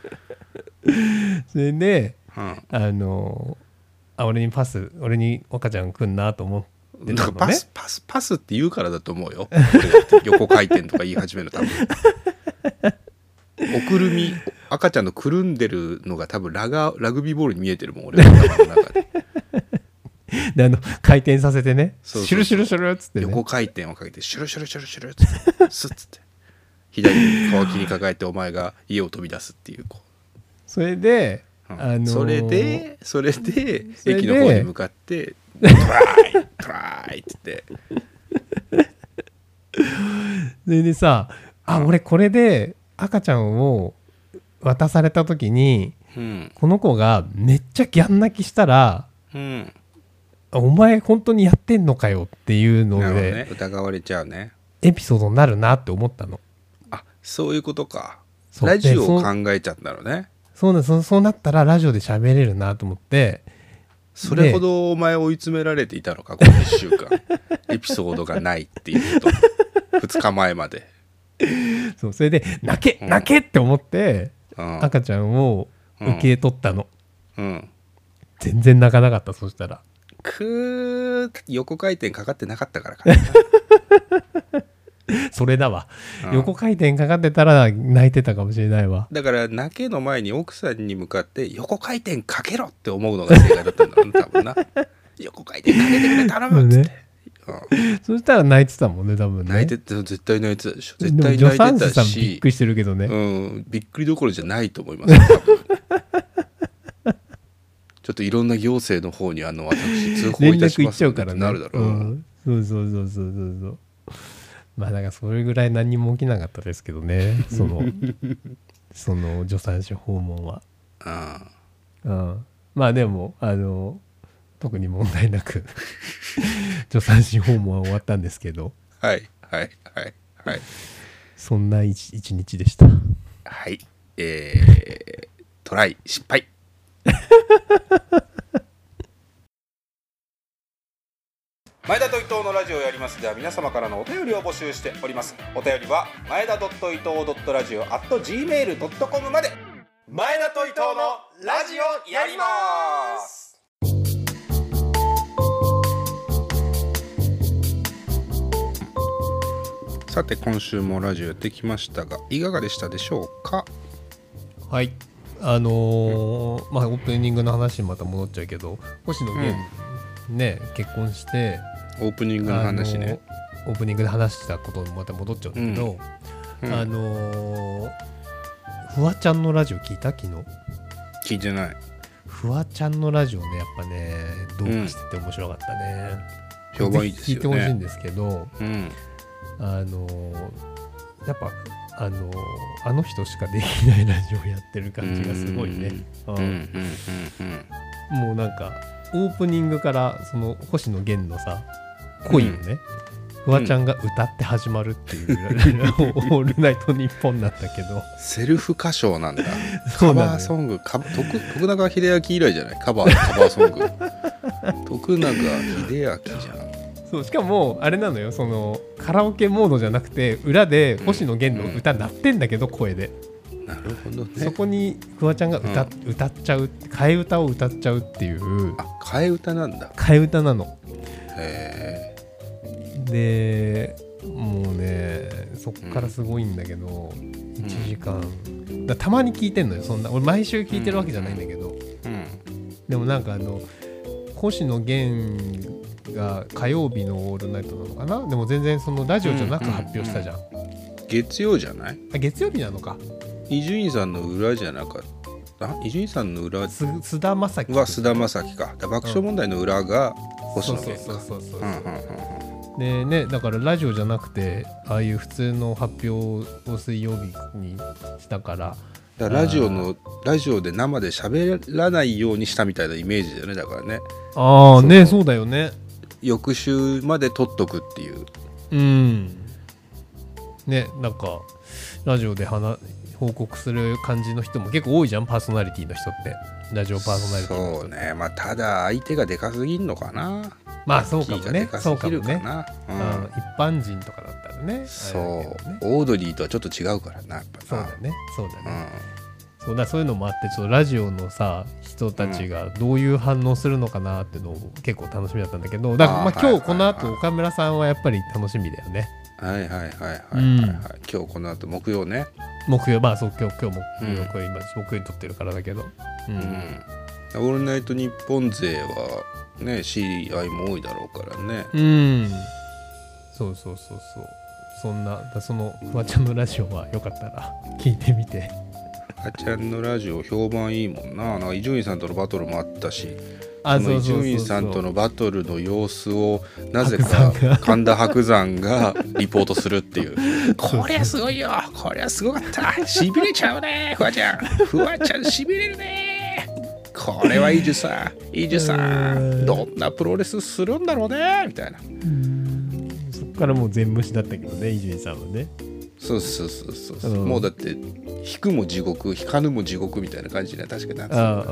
[SPEAKER 2] それで、うん、あのあ俺にパス俺に赤ちゃん来んなと思って
[SPEAKER 1] だからパスパスパスって言うからだと思うよ横回転とか言い始める多分おくるみ赤ちゃんのくるんでるのが多分ラガラグビーボールに見えてるもん俺の頭の中で
[SPEAKER 2] であの回転させてねそうそうそうシュルシュルシュルっつって、ね、
[SPEAKER 1] 横回転をかけてシュルシュルシュルシュルっつってスッつって左に乾きに抱えてお前が家を飛び出すっていうこう
[SPEAKER 2] それで、
[SPEAKER 1] うんあのー、それでそれで駅の方に向かってトライトライって言って
[SPEAKER 2] それでさあ俺これで赤ちゃんを渡された時に、うん、この子がめっちゃギャン泣きしたら、うん、お前本当にやってんのかよっていうので、
[SPEAKER 1] ね、疑われちゃうね
[SPEAKER 2] エピソードになるなって思ったの。
[SPEAKER 1] あそういうことかラジオを考えちゃったのね。
[SPEAKER 2] そうね そ, そうなったらラジオで喋れるなと思って
[SPEAKER 1] それほどお前追い詰められていたのかこのいっしゅうかんエピソードがないっていうとふつかまえまで
[SPEAKER 2] そうそれで泣け、うん、泣けって思って、うん、赤ちゃんを受け取ったの、うんうん、全然泣かなかった。そしたら
[SPEAKER 1] くー横回転かかってなかったからかな
[SPEAKER 2] それだわ、うん、横回転かかってたら泣いてたかもしれないわ。
[SPEAKER 1] だから泣けの前に奥さんに向かって横回転かけろって思うのが正解だったんだろうね多分な横回転かけてくれ頼むっつって、ね
[SPEAKER 2] うん、そしたら泣いてたもんね多分ね。
[SPEAKER 1] 泣いてて絶対泣いてたでしょ。絶対泣いてたし、
[SPEAKER 2] 助産師さんびっくりしてるけどね、
[SPEAKER 1] うん、びっくりどころじゃないと思います多分ちょっといろんな行政の方にあの私通報いたしますってなるだろう、
[SPEAKER 2] ねうん、そうそうそうそうそうそうまあだからそれぐらい何も起きなかったですけどねそのその助産師訪問はああ、うん、まあでもあの特に問題なく助産師訪問は終わったんですけど
[SPEAKER 1] はいはいはいはい
[SPEAKER 2] そんな一一日でした。
[SPEAKER 1] はいえー、トライ失敗前田と伊藤のラジオをやりますでは皆様からのお便りを募集しております。お便りは前田伊藤ラジオ アットジーメールドットコム まで。前田と伊藤のラジオやります。さて今週もラジオやってきましたがいかがでしたでしょうか。
[SPEAKER 2] はいあのーうん、まあオープニングの話にまた戻っちゃうけど星野源、うん、ね結婚して
[SPEAKER 1] オープニングの話ね、
[SPEAKER 2] オープニングで話したことにまた戻っちゃうんだけど、うんうん、あのー、フワちゃんのラジオ聞いた？昨日
[SPEAKER 1] 聞いてない。
[SPEAKER 2] フワちゃんのラジオねやっぱねどうかしてて面白かったね、
[SPEAKER 1] うん、評判いいですよね。
[SPEAKER 2] 聞いてほしいんですけど、
[SPEAKER 1] うん、
[SPEAKER 2] あのー、やっぱあのー、あの人しかできないラジオやってる感じがすごいね。もうなんかオープニングからその星野源のさ恋をね、フワちゃんが歌って始まるっていう、うん、オールナイトニッポンなんだけど
[SPEAKER 1] セルフ歌唱なんだ。カバーソングか徳, 徳永英明以来じゃない。カバーカバーソング徳永英明じゃん。
[SPEAKER 2] そうしかもあれなのよそのカラオケモードじゃなくて裏で星野源の歌鳴ってんだけど、うん、声で
[SPEAKER 1] なるほどね。
[SPEAKER 2] そこにフワちゃんが 歌,、うん、歌っちゃう替え歌を歌っちゃうっていう。
[SPEAKER 1] あ替え歌なんだ。
[SPEAKER 2] 替え歌なの。
[SPEAKER 1] へ
[SPEAKER 2] でもうねそっからすごいんだけど、うん、いちじかんだたまに聞いてんのよ。そんな俺毎週聞いてるわけじゃないんだけど、うんうん、でもなんかあの星野源が火曜日のオールナイトなのかな。でも全然そのラジオじゃなく発表したじゃん、うんうんうん、
[SPEAKER 1] 月曜じゃない。
[SPEAKER 2] あ月曜日なのか。
[SPEAKER 1] 伊集院さんの裏じゃなかった伊集院さんの裏
[SPEAKER 2] 須田将暉
[SPEAKER 1] は須田将暉か。爆笑問題の裏が星野源か。
[SPEAKER 2] そうそうそうそうでねだからラジオじゃなくてああいう普通の発表を水曜日にしたから、
[SPEAKER 1] だからラジオのラジオで生で喋らないようにしたみたいなイメージだよね。だからね。
[SPEAKER 2] ああねそうだよね。
[SPEAKER 1] 翌週まで撮っとくっていう。
[SPEAKER 2] うんねなんかラジオで話報告する感じの人も結構多いじゃん。パーソナリティの人ってラジオパーソナリティの人。
[SPEAKER 1] そうねまあただ相手がでかすぎんのかな。
[SPEAKER 2] まあそうかもね。
[SPEAKER 1] そうかもね、
[SPEAKER 2] うん、一般人とかだったらね。
[SPEAKER 1] そう、ね、オードリーとはちょっと違うからなやっぱな。
[SPEAKER 2] そうだねそうだね、うん、そうだそういうのもあってちょっとラジオのさ人たちがどういう反応するのかなっていうのを結構楽しみだったんだけど、だからまあ今日この後岡村さんはやっぱり楽しみだよね。
[SPEAKER 1] はいはいはいはいはい、うん、今日この後木曜ね。
[SPEAKER 2] 木曜まあそう今日今日木曜、うん、今木曜に撮ってるからだけど、うんうん、
[SPEAKER 1] オールナイトニッポン勢はね知り合いも多いだろうからね。
[SPEAKER 2] うんそうそうそうそうそんなだそのフワちゃんのラジオはよかったら聞いてみて。
[SPEAKER 1] フワちゃんのラジオ評判いいもんな。なんか伊集院さんとのバトルもあったし、
[SPEAKER 2] あ
[SPEAKER 1] その伊集院さんとのバトルの様子をなぜか神田伯山がリポートするっていうこりゃすごいよこりゃすごかったしびれちゃうねフワちゃんフワちゃんしびれるねこれはいいじゅさいいじゅさどんなプロレスするんだろうねみたいな。
[SPEAKER 2] そっからもう全無視だったけどね伊集院さんはね。
[SPEAKER 1] そうそうそうそう、うん、もうだって引くも地獄引かぬも地獄みたいな感じには確かになってたから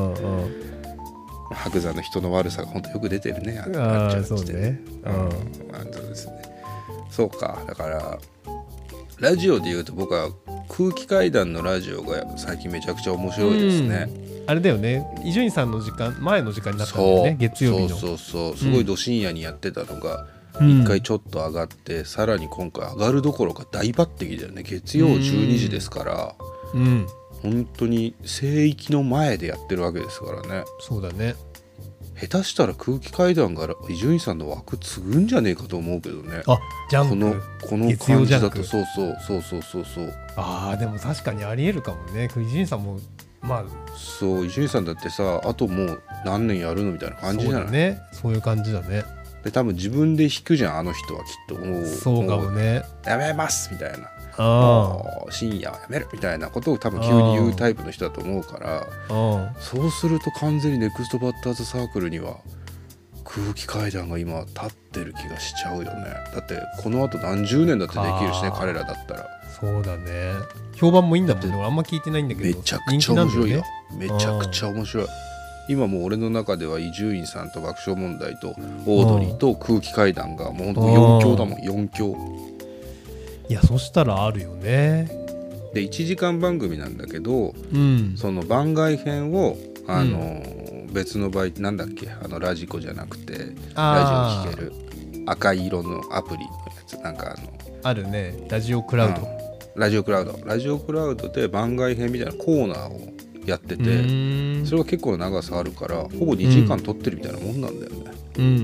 [SPEAKER 1] 白山の人の悪さが本当よく出てるね。あ
[SPEAKER 2] ああそうね、
[SPEAKER 1] うん、そうですね。そうかだからラジオでいうと僕は空気階段のラジオが最近めちゃくちゃ面白いですね。
[SPEAKER 2] あれだよね、伊集院さんの時間前の時間になったんだよね、月曜日の。
[SPEAKER 1] そうそうそうすごいど深夜にやってたのが一、うん、回ちょっと上がってさらに今回上がるどころか大抜擢だよね。月曜じゅうにじですから、うん、本当に聖域の前でやってるわけですからね。
[SPEAKER 2] そうだね。
[SPEAKER 1] 下手したら空気階段が伊集院さんの枠継ぐんじゃねえかと思うけどね。
[SPEAKER 2] あ、ジャンク
[SPEAKER 1] このこの感じだとそうそうそうそうそうそう。
[SPEAKER 2] ああでも確かにありえるかもね。伊集院さんもまあ
[SPEAKER 1] そう伊集院さんだってさあともう何年やるのみたいな感じじゃない。
[SPEAKER 2] そうだね。そういう感じだね。
[SPEAKER 1] で多分自分で弾くじゃんあの人はきっと。もう
[SPEAKER 2] そうかもね。
[SPEAKER 1] やめますみたいな。
[SPEAKER 2] あ
[SPEAKER 1] 深夜はやめるみたいなことを多分急に言うタイプの人だと思うから、そうすると完全にネクストバッターズサークルには空気階段が今立ってる気がしちゃうよね。だってこのあと何十年だってできるしね彼らだったら。
[SPEAKER 2] そうだね。評判もいいんだもんね。俺あんま聞いてないんだけど
[SPEAKER 1] めちゃくちゃ面白いよ、ね、めちゃくちゃ面白い。今もう俺の中では伊集院さんと爆笑問題とオードリーと空気階段がもうほんとよん強だもん。よん強。
[SPEAKER 2] いやそしたらあるよね。
[SPEAKER 1] でいちじかん番組なんだけど、
[SPEAKER 2] うん、
[SPEAKER 1] その番外編をあの、うん、別の場合なんだっけあのラジコじゃなくてラジオ聴ける赤い色のアプリのやつなんかあの
[SPEAKER 2] あるね。ラジオクラウド、
[SPEAKER 1] うん、ラジオクラウドラジオクラウドで番外編みたいなコーナーをやっててそれが結構長さあるからほぼにじかん撮ってるみたいなもんなんだよね。
[SPEAKER 2] うんうん、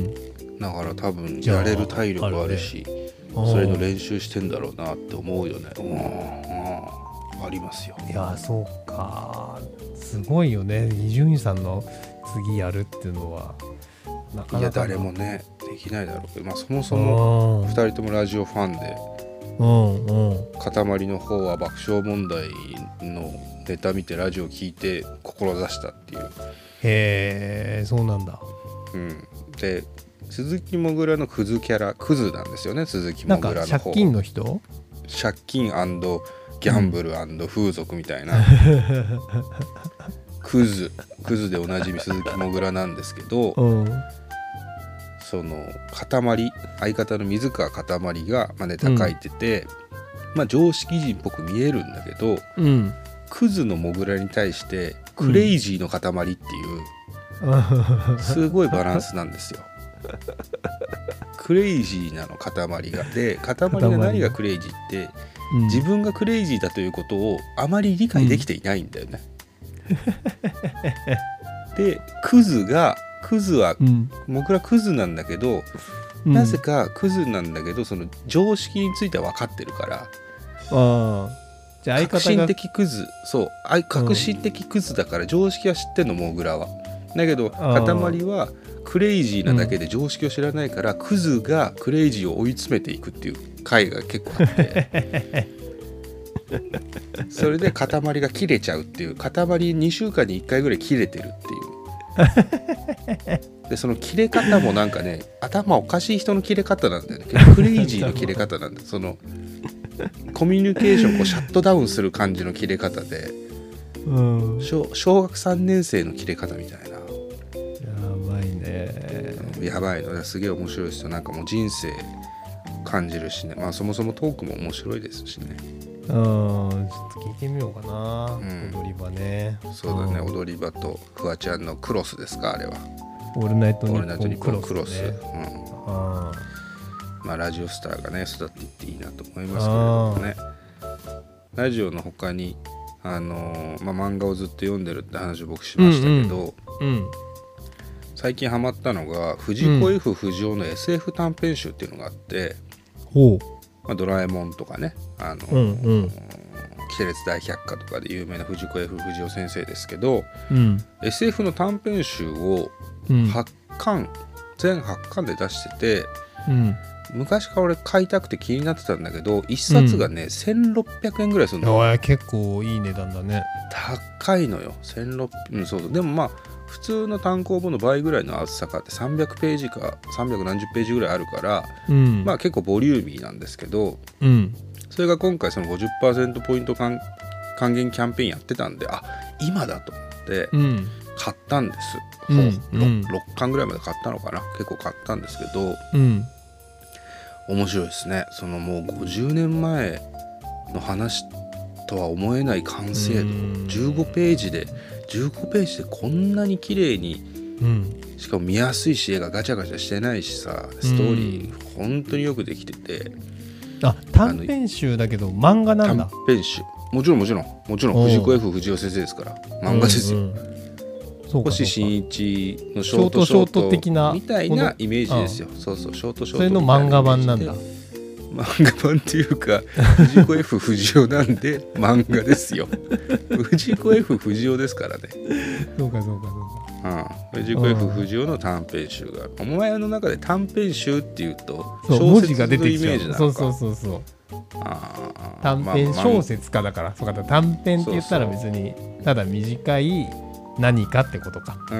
[SPEAKER 1] だから多分やれる体力あるしそれの練習してんだろうなって思うよね。うん、うん、ありますよ。
[SPEAKER 2] いやそうかすごいよね。伊集院さんの次やるっていうのはなかなか。
[SPEAKER 1] いや誰もねできないだろうけど、まあ、そもそもふたりともラジオファンで、
[SPEAKER 2] うんうん、
[SPEAKER 1] 塊の方は爆笑問題のネタ見てラジオ聞いて志したっていう。
[SPEAKER 2] へえそうなんだ。
[SPEAKER 1] うん、で鈴木もぐらのクズキャラクズなんですよね。鈴木もぐらの方
[SPEAKER 2] なんか借金の人
[SPEAKER 1] 借金&ギャンブル&風俗みたいな、うん、クズクズでおなじみ鈴木もぐらなんですけど、うん、その塊相方の水川かたまりが、まあ、ネタ書いてて、うんまあ、常識人っぽく見えるんだけど、うん、クズのもぐらに対してクレイジーの塊っていう、うん、すごいバランスなんですよ。クレイジーなの塊がで塊が何がクレイジーって、うん、自分がクレイジーだということをあまり理解できていないんだよね、うん、でクズがクズは、うん、僕らクズなんだけど、うん、なぜかクズなんだけどその常識については分かってるから。
[SPEAKER 2] あじゃあ相方が
[SPEAKER 1] 革新的クズそう革新的クズだから常識は知ってんのもぐらは。だけど塊はクレイジーなだけで常識を知らないから、うん、クズがクレイジーを追い詰めていくっていう回が結構あってそれで塊が切れちゃうっていう塊にしゅうかんにいっかいぐらい切れてるっていうでその切れ方もなんかね頭おかしい人の切れ方なんだよね。結構クレイジーの切れ方なんだよそのコミュニケーションをシャットダウンする感じの切れ方で、うん、小, 小学さんねん生の切れ方みたいな。
[SPEAKER 2] やばいね。
[SPEAKER 1] やばいのですげえ面白いですよ。なんかもう人生感じるしね。まあそもそもトークも面白いですしね。
[SPEAKER 2] うんちょっと聞いてみようかな、うん、踊り場ね。
[SPEAKER 1] そうだね、うん、踊り場とフワちゃんのクロスですかあれは。
[SPEAKER 2] オールナイトニッポンクロス、ね、
[SPEAKER 1] うんあまあラジオスターがね育っていっていいなと思いますけれどもね。ラジオの他にあのー、まあ漫画をずっと読んでるって話を僕しましたけど、うんうんうん、最近ハマったのが藤子 F 不二雄の エスエフ 短編集っていうのがあって、
[SPEAKER 2] うん
[SPEAKER 1] まあ、ドラえもんとかねあの、
[SPEAKER 2] うんうん、
[SPEAKER 1] キテレツ大百科とかで有名な藤子 F 不二雄先生ですけど、
[SPEAKER 2] うん、
[SPEAKER 1] エスエフ の短編集をはちかん、うん、全はちかんで出してて、
[SPEAKER 2] うん、
[SPEAKER 1] 昔から俺買いたくて気になってたんだけどいっさつがね、うん、せんろっぴゃくえんぐらいするの。
[SPEAKER 2] 結構いい値段だね。
[SPEAKER 1] 高いのよせんろっぴゃくえん、うん、そうそう。でもまあ普通の単行本の倍ぐらいの厚さかってさんびゃくページかさんびゃくなんじゅっページぐらいあるから、
[SPEAKER 2] うん、
[SPEAKER 1] まあ結構ボリューミーなんですけど、
[SPEAKER 2] うん、
[SPEAKER 1] それが今回その ごじゅっパーセント ポイント還元キャンペーンやってたんであ今だと思って買ったんです、
[SPEAKER 2] うん、
[SPEAKER 1] ろっかんぐらいまで買ったのかな結構買ったんですけど、
[SPEAKER 2] うん、
[SPEAKER 1] 面白いですね。そのもうごじゅうねんまえの話とは思えない完成度、じゅうごページでじゅうごページでこんなに綺麗に、うん、しかも見やすいし絵がガチャガチャしてないしさ、ストーリー本当によくできてて、
[SPEAKER 2] あ、短編集だけど漫画なんだ。
[SPEAKER 1] 短編集、もちろんもちろんもちろん藤子 F 不二雄先生ですから漫画ですよ、うんうん、星新一のショートショート的なみたいなイメージですよ。そうそう、ショートショートみたいなイメージで、それの
[SPEAKER 2] 漫画版なんだ。
[SPEAKER 1] 漫画版っていうか藤子 F 不二雄なんで漫画ですよ。藤子 F 不二雄ですからね。
[SPEAKER 2] そうかそうかそうか、
[SPEAKER 1] うん、藤子 F 不二雄の短編集が、お前の中で短編集っていうと
[SPEAKER 2] 小説のイメー
[SPEAKER 1] ジなのか。
[SPEAKER 2] そうそうそうそう、あ短編小説家だから、そうか、短編って言ったら別にただ短い何かってことか。
[SPEAKER 1] うん、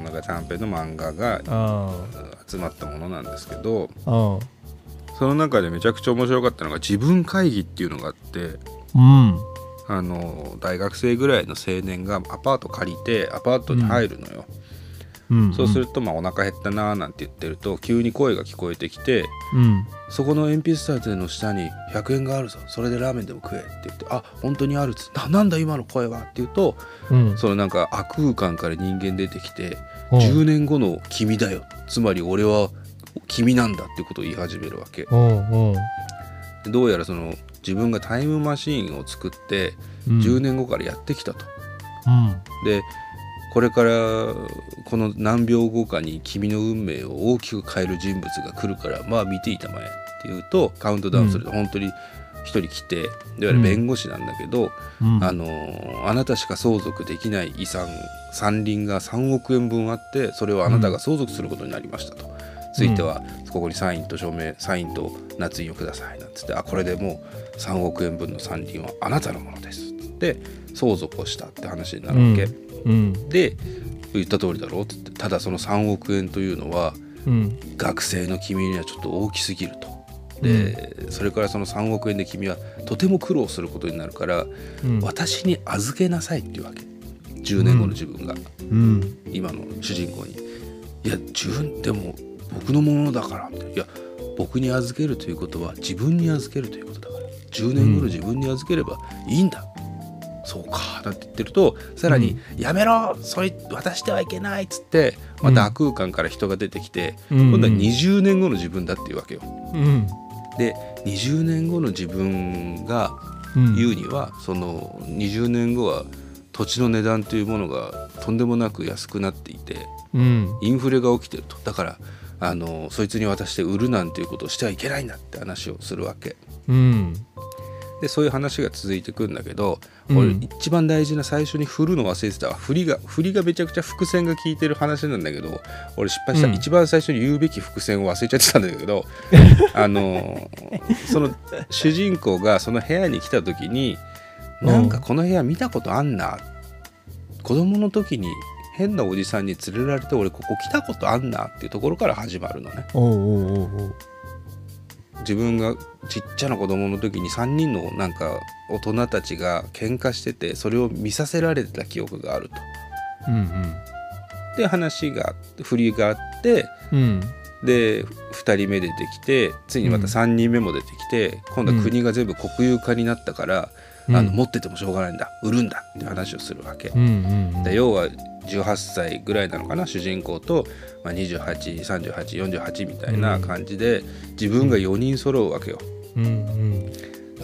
[SPEAKER 1] なんか短編の漫画が集まったものなんですけど、その中でめちゃくちゃ面白かったのが自分会議っていうのがあって、うん、あの大学生ぐらいの青年がアパート借りてアパートに入るのよ、うん、そうするとまあお腹減ったなーなんて言ってると急に声が聞こえてきて、うん、そこの鉛筆立ての下にひゃくえんがあるぞ、それでラーメンでも食えって言って、あ、本当にあるっつって、な、なんだ今の声はって言うと、うん、そのなんか悪空間から人間出てきて、うん、じゅうねんごの君だよ、つまり俺は君なんだっていうことを言い始めるわけ。うんうん、どうやらその自分がタイムマシーンを作ってじゅうねんごからやってきたと、うん、でこれからこの何秒後かに君の運命を大きく変える人物が来るから、まあ見ていたまえっていうとカウントダウンすると本当に一人来て、いわゆる弁護士なんだけど、うん、あのあなたしか相続できない遺産山林がさんおくえんぶんあって、それをあなたが相続することになりましたと、ついてはここにサインと証明、サインと捺印をくださいなんつって、あ、これでもうさんおくえんぶんの山林はあなたのものですっつって相続をしたって話になるわけ、うんうん、で言った通りだろうっつって、ただそのさんおくえんというのは、うん、学生の君にはちょっと大きすぎると。で、うん、それからそのさんおくえんで君はとても苦労することになるから、うん、私に預けなさいっていうわけ。じゅうねんごの自分が、うん、今の主人公に、いやじゅうでも僕のものだからみたいな、いや僕に預けるということは自分に預けるということだから、じゅうねんごの自分に預ければいいんだ、うん、そうかなんて言ってると、さらに、うん、やめろそれ渡してはいけないっつってまた悪空間から人が出てきて、うん、今度はにじゅうねんごの自分だっていうわけよ、うん、でにじゅうねんごの自分が言うには、うん、そのにじゅうねんごは土地の値段というものがとんでもなく安くなっていて、うん、インフレが起きてると、だからあのそいつに渡して売るなんていうことをしてはいけないんだって話をするわけ、うん、でそういう話が続いてくんだけど、うん、俺一番大事な最初に振るの忘れてたわ。振りが振りがめちゃくちゃ伏線が効いてる話なんだけど、俺失敗した、うん、一番最初に言うべき伏線を忘れちゃってたんだけどあのその主人公がその部屋に来た時に、なんかこの部屋見たことあんな、子供の時に変なおじさんに連れられて俺ここ来たことあんなっていうところから始まるのね。おうおうおう、自分がちっちゃな子供の時にさんにんのなんか大人たちが喧嘩してて、それを見させられてた記憶があると、うんうん、で話があって振りがあって、うん、でふたりめ出てきて、ついにまたさんにんめも出てきて、うん、今度は国が全部国有化になったから、うん、あの持っててもしょうがないんだ、売るんだって話をするわけ、うんうんうん、で要はじゅうはっさいぐらいなのかな主人公と、まあ、にじゅうはち、さんじゅうはち、よんじゅうはちみたいな感じで、うん、自分がよにん揃うわけよ、うんうん、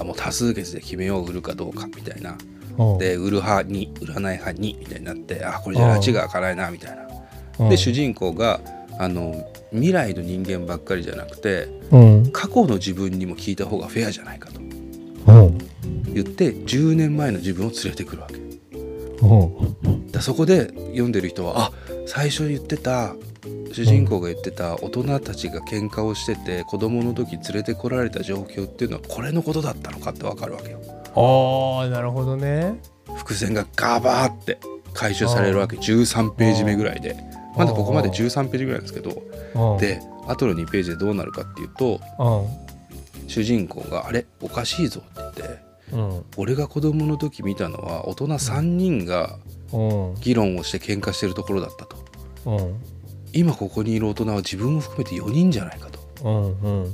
[SPEAKER 1] もう多数決で決めよう、売るかどうかみたいな、で売る派に売らない派にみたいになって、あこれじゃ拉致が開かないなみたいな。で主人公があの未来の人間ばっかりじゃなくて、うん、過去の自分にも聞いた方がフェアじゃないかと、うん、言ってじゅうねんまえの自分を連れてくるわけ。だそこで読んでる人は、あ最初言ってた主人公が言ってた大人たちが喧嘩をしてて子供の時連れてこられた状況っていうのはこれのことだったのかって分かるわけよ。
[SPEAKER 2] ああなるほどね。
[SPEAKER 1] 伏線がガバーって回収されるわけ。じゅうさんページ目ぐらいで、まだここまでじゅうさんページぐらいなんですけど、であとのにページでどうなるかっていうと、主人公があれおかしいぞって言って、うん、俺が子供の時見たのは大人さんにんが議論をして喧嘩してるところだったと、うん、今ここにいる大人は自分を含めてよにんじゃないかと、うんうん、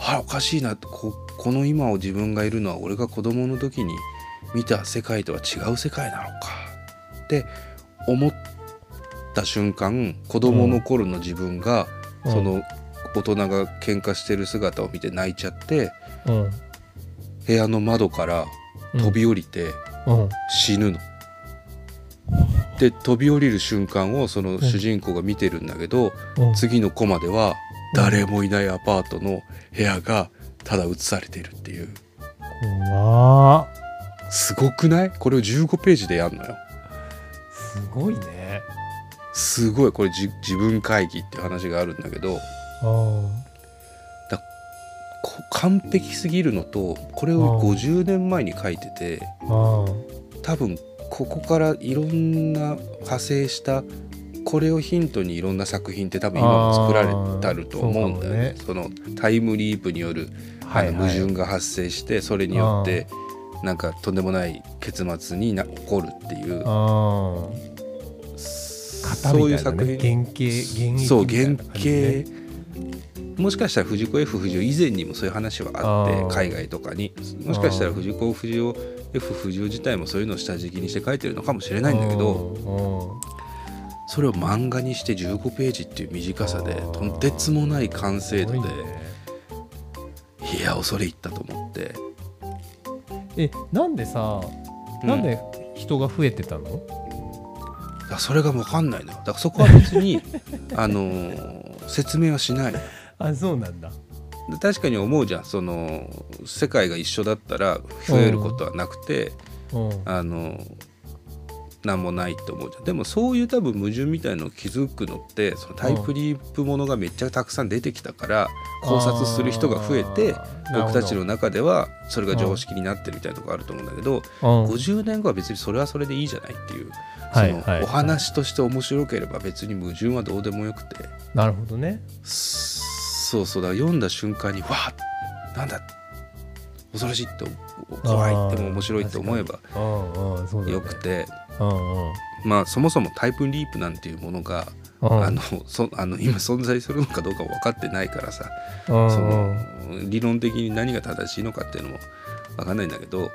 [SPEAKER 1] あおかしいなって、 こ, この今を自分がいるのは俺が子供の時に見た世界とは違う世界なのかって思った瞬間、子供の頃の自分が、うん、その大人が喧嘩してる姿を見て泣いちゃって、うん、部屋の窓から飛び降りて死ぬの、うん、で飛び降りる瞬間をその主人公が見てるんだけど、うん、次のコマでは誰もいないアパートの部屋がただ映されているっていう。
[SPEAKER 2] 怖ー。
[SPEAKER 1] すごくない？これをじゅうごページでやんのよ。
[SPEAKER 2] すごいね。
[SPEAKER 1] すごい。これじ自分会議っていう話があるんだけど、あだ完璧すぎるのと、これをごじゅうねんまえに書いてて、あ多分ここからいろんな派生したこれをヒントにいろんな作品って多分今も作られたると思うんだよね。 そ, ねそのタイムリープによるあの矛盾が発生して、それによってなんかとんでもない結末にな起こるっていう、あそういう作品、
[SPEAKER 2] 原型、
[SPEAKER 1] そう原型、もしかしたら藤子 F 不二雄以前にもそういう話はあって、海外とかにもしかしたら藤子不二雄 F 不二雄自体もそういうのを下敷きにして書いてるのかもしれないんだけど、それを漫画にしてじゅうごページっていう短さでとてつもない完成度で、いや恐れ入ったと思って。
[SPEAKER 2] えなんでさ、なんで人が増えてたの？
[SPEAKER 1] だからそれが分かんないのよ。だからそこは別にあのー、説明はしない。
[SPEAKER 2] あ、そうなんだ。
[SPEAKER 1] 確かに思うじゃん。その世界が一緒だったら増えることはなくて、あのなんもないと思うじゃん。でもそういう多分矛盾みたいのを気づくのって、そのタイプリープものがめっちゃたくさん出てきたから考察する人が増えて、僕たちの中ではそれが常識になってるみたいなところあると思うんだけど、ごじゅうねんごは別にそれはそれでいいじゃないっていう、そのお話として面白ければ別に矛盾はどうでもよくて。
[SPEAKER 2] なるほどね。
[SPEAKER 1] そうそう、だから読んだ瞬間にわっなんだ恐ろしいって怖いっても面白いって思えばよくて、まあそもそもタイプリープなんていうものがあのそあの今存在するのかどうか分かってないからさ、その理論的に何が正しいのかっていうのも分かんないんだけど、だ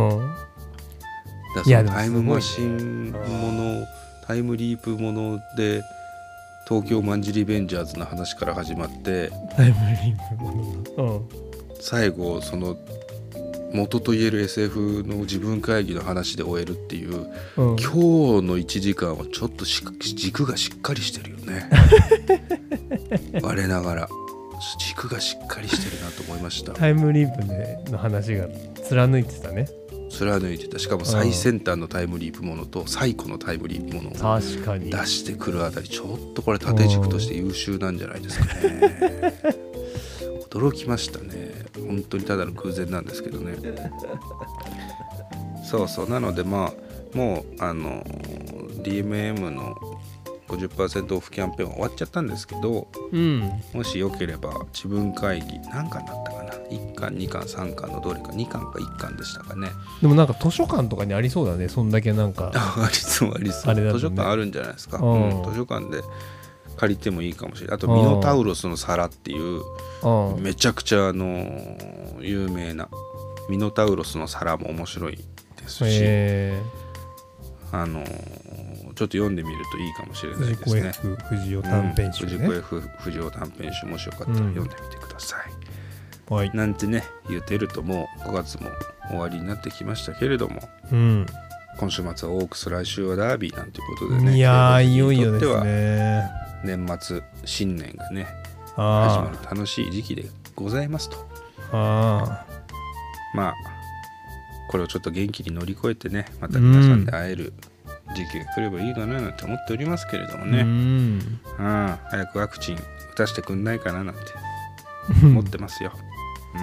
[SPEAKER 1] からそのタイムマシンもの、タイムリープもので東京マンジリベンジャーズの話から始まって、
[SPEAKER 2] タイムリープもの、
[SPEAKER 1] 最後その元と言える エスエフ の自分会議の話で終えるっていう、うん、今日のいちじかんはちょっとし軸がしっかりしてるよね我ながら軸がしっかりしてるなと思いました。
[SPEAKER 2] タイムリープでの話が貫いてたね。
[SPEAKER 1] 貫いてた。しかも最先端のタイムリープものと最古のタイムリープものを出してくるあたり、ちょっとこれ縦軸として優秀なんじゃないですかね驚きましたね。本当にただの空前なんですけどねそうそう、なのでまあもうあの ディーエムエム の ごじゅっパーセント オフキャンペーンは終わっちゃったんですけど、うん、もしよければ自分会議何巻だったかな、いっかんにかんさんかんのどれか、にかんかいっかんでしたかね。
[SPEAKER 2] でもなんか図書館とかにありそうだね、そんだけなんか
[SPEAKER 1] ありそうありそう、ね、図書館あるんじゃないですか、うん、図書館で借りてもいいかもしれない。あとミノタウロスの皿っていうめちゃくちゃあの有名なミノタウロスの皿も面白いですし、あのちょっと読んでみるといいかもしれないですね。
[SPEAKER 2] 藤子 F 不二雄短編集ね、
[SPEAKER 1] うん、藤子 F 不二雄短編集、もしよかったら読んでみてください、うん、はい、なんてね言ってるともうごがつも終わりになってきましたけれども、うん、今週末はオークス、来週はダービーなんていうことでね、
[SPEAKER 2] いやーいよいよですね。
[SPEAKER 1] 年末新年がね始まる楽しい時期でございますと。あまあこれをちょっと元気に乗り越えてね、また皆さんで会える時期が来ればいいかななんて思っておりますけれどもね、うん、あ早くワクチン打たせてくんないかななんて思ってますよ、うん、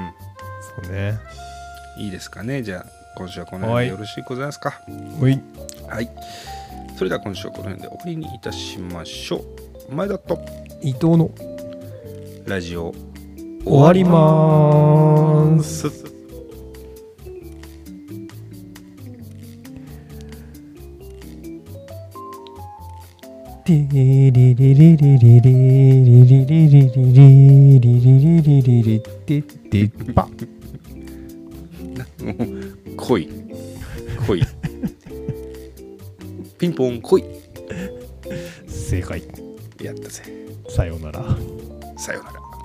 [SPEAKER 2] そうね、
[SPEAKER 1] いいですかね。じゃあ今週はこの辺でよろしいございますか。
[SPEAKER 2] はい、
[SPEAKER 1] はい、それでは今週はこの辺で終わりにいたしましょう。前田と
[SPEAKER 2] 伊藤の
[SPEAKER 1] ラジオ
[SPEAKER 2] 終わりまーす。 ティリリリリリリリリリリリリリリリリリティティパ
[SPEAKER 1] 来い来いピンポン来い。
[SPEAKER 2] 正解。
[SPEAKER 1] やったぜ。
[SPEAKER 2] さようなら。
[SPEAKER 1] さようなら。